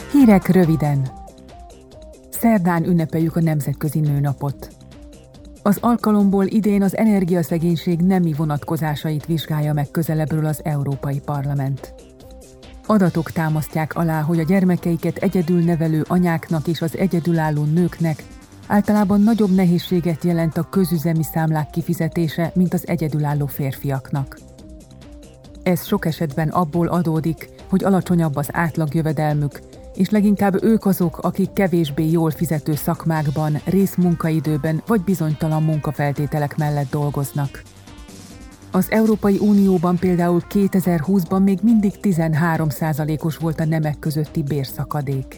Hírek röviden. Szerdán ünnepeljük a Nemzetközi Nőnapot. Az alkalomból idén az energiaszegénység nemi vonatkozásait vizsgálja meg közelebbről az Európai Parlament. Adatok támasztják alá, hogy a gyermekeiket egyedül nevelő anyáknak és az egyedülálló nőknek általában nagyobb nehézséget jelent a közüzemi számlák kifizetése, mint az egyedülálló férfiaknak. Ez sok esetben abból adódik, hogy alacsonyabb az átlagjövedelmük, és leginkább ők azok, akik kevésbé jól fizető szakmákban, részmunkaidőben vagy bizonytalan munkafeltételek mellett dolgoznak. Az Európai Unióban például 2020-ban még mindig 13%-os volt a nemek közötti bérszakadék.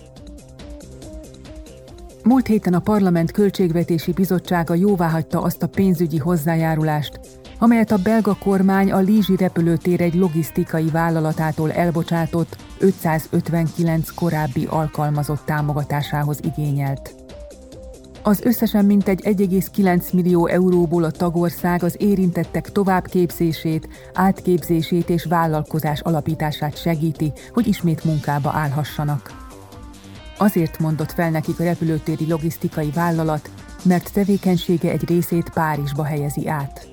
Múlt héten a Parlament Költségvetési Bizottsága jóváhagyta azt a pénzügyi hozzájárulást, amelyet a belga kormány a Liège-i repülőtér egy logisztikai vállalatától elbocsátott 559 korábbi alkalmazott támogatásához igényelt. Az összesen mintegy 1,9 millió euróból a tagország az érintettek továbbképzését, átképzését és vállalkozás alapítását segíti, hogy ismét munkába állhassanak. Azért mondott fel nekik a repülőtéri logisztikai vállalat, mert tevékenysége egy részét Párizsba helyezi át.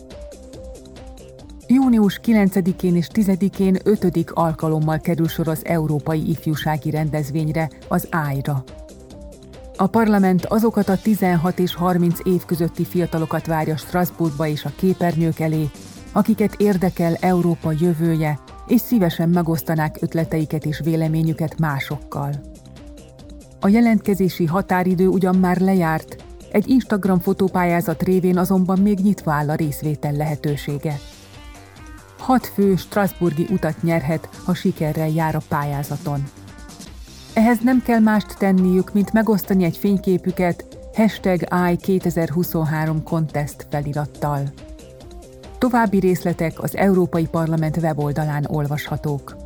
Június 9-én és 10-én 5. alkalommal kerül sor az Európai Ifjúsági Rendezvényre, az AI-ra. A parlament azokat a 16 és 30 év közötti fiatalokat várja Strasbourgba és a képernyők elé, akiket érdekel Európa jövője, és szívesen megosztanák ötleteiket és véleményüket másokkal. A jelentkezési határidő ugyan már lejárt, egy Instagram fotópályázat révén azonban még nyitva áll a részvétel lehetősége. 6 fő strasbourgi utat nyerhet, ha sikerrel jár a pályázaton. Ehhez nem kell mást tenniük, mint megosztani egy fényképüket #AI2023contest felirattal. További részletek az Európai Parlament weboldalán olvashatók.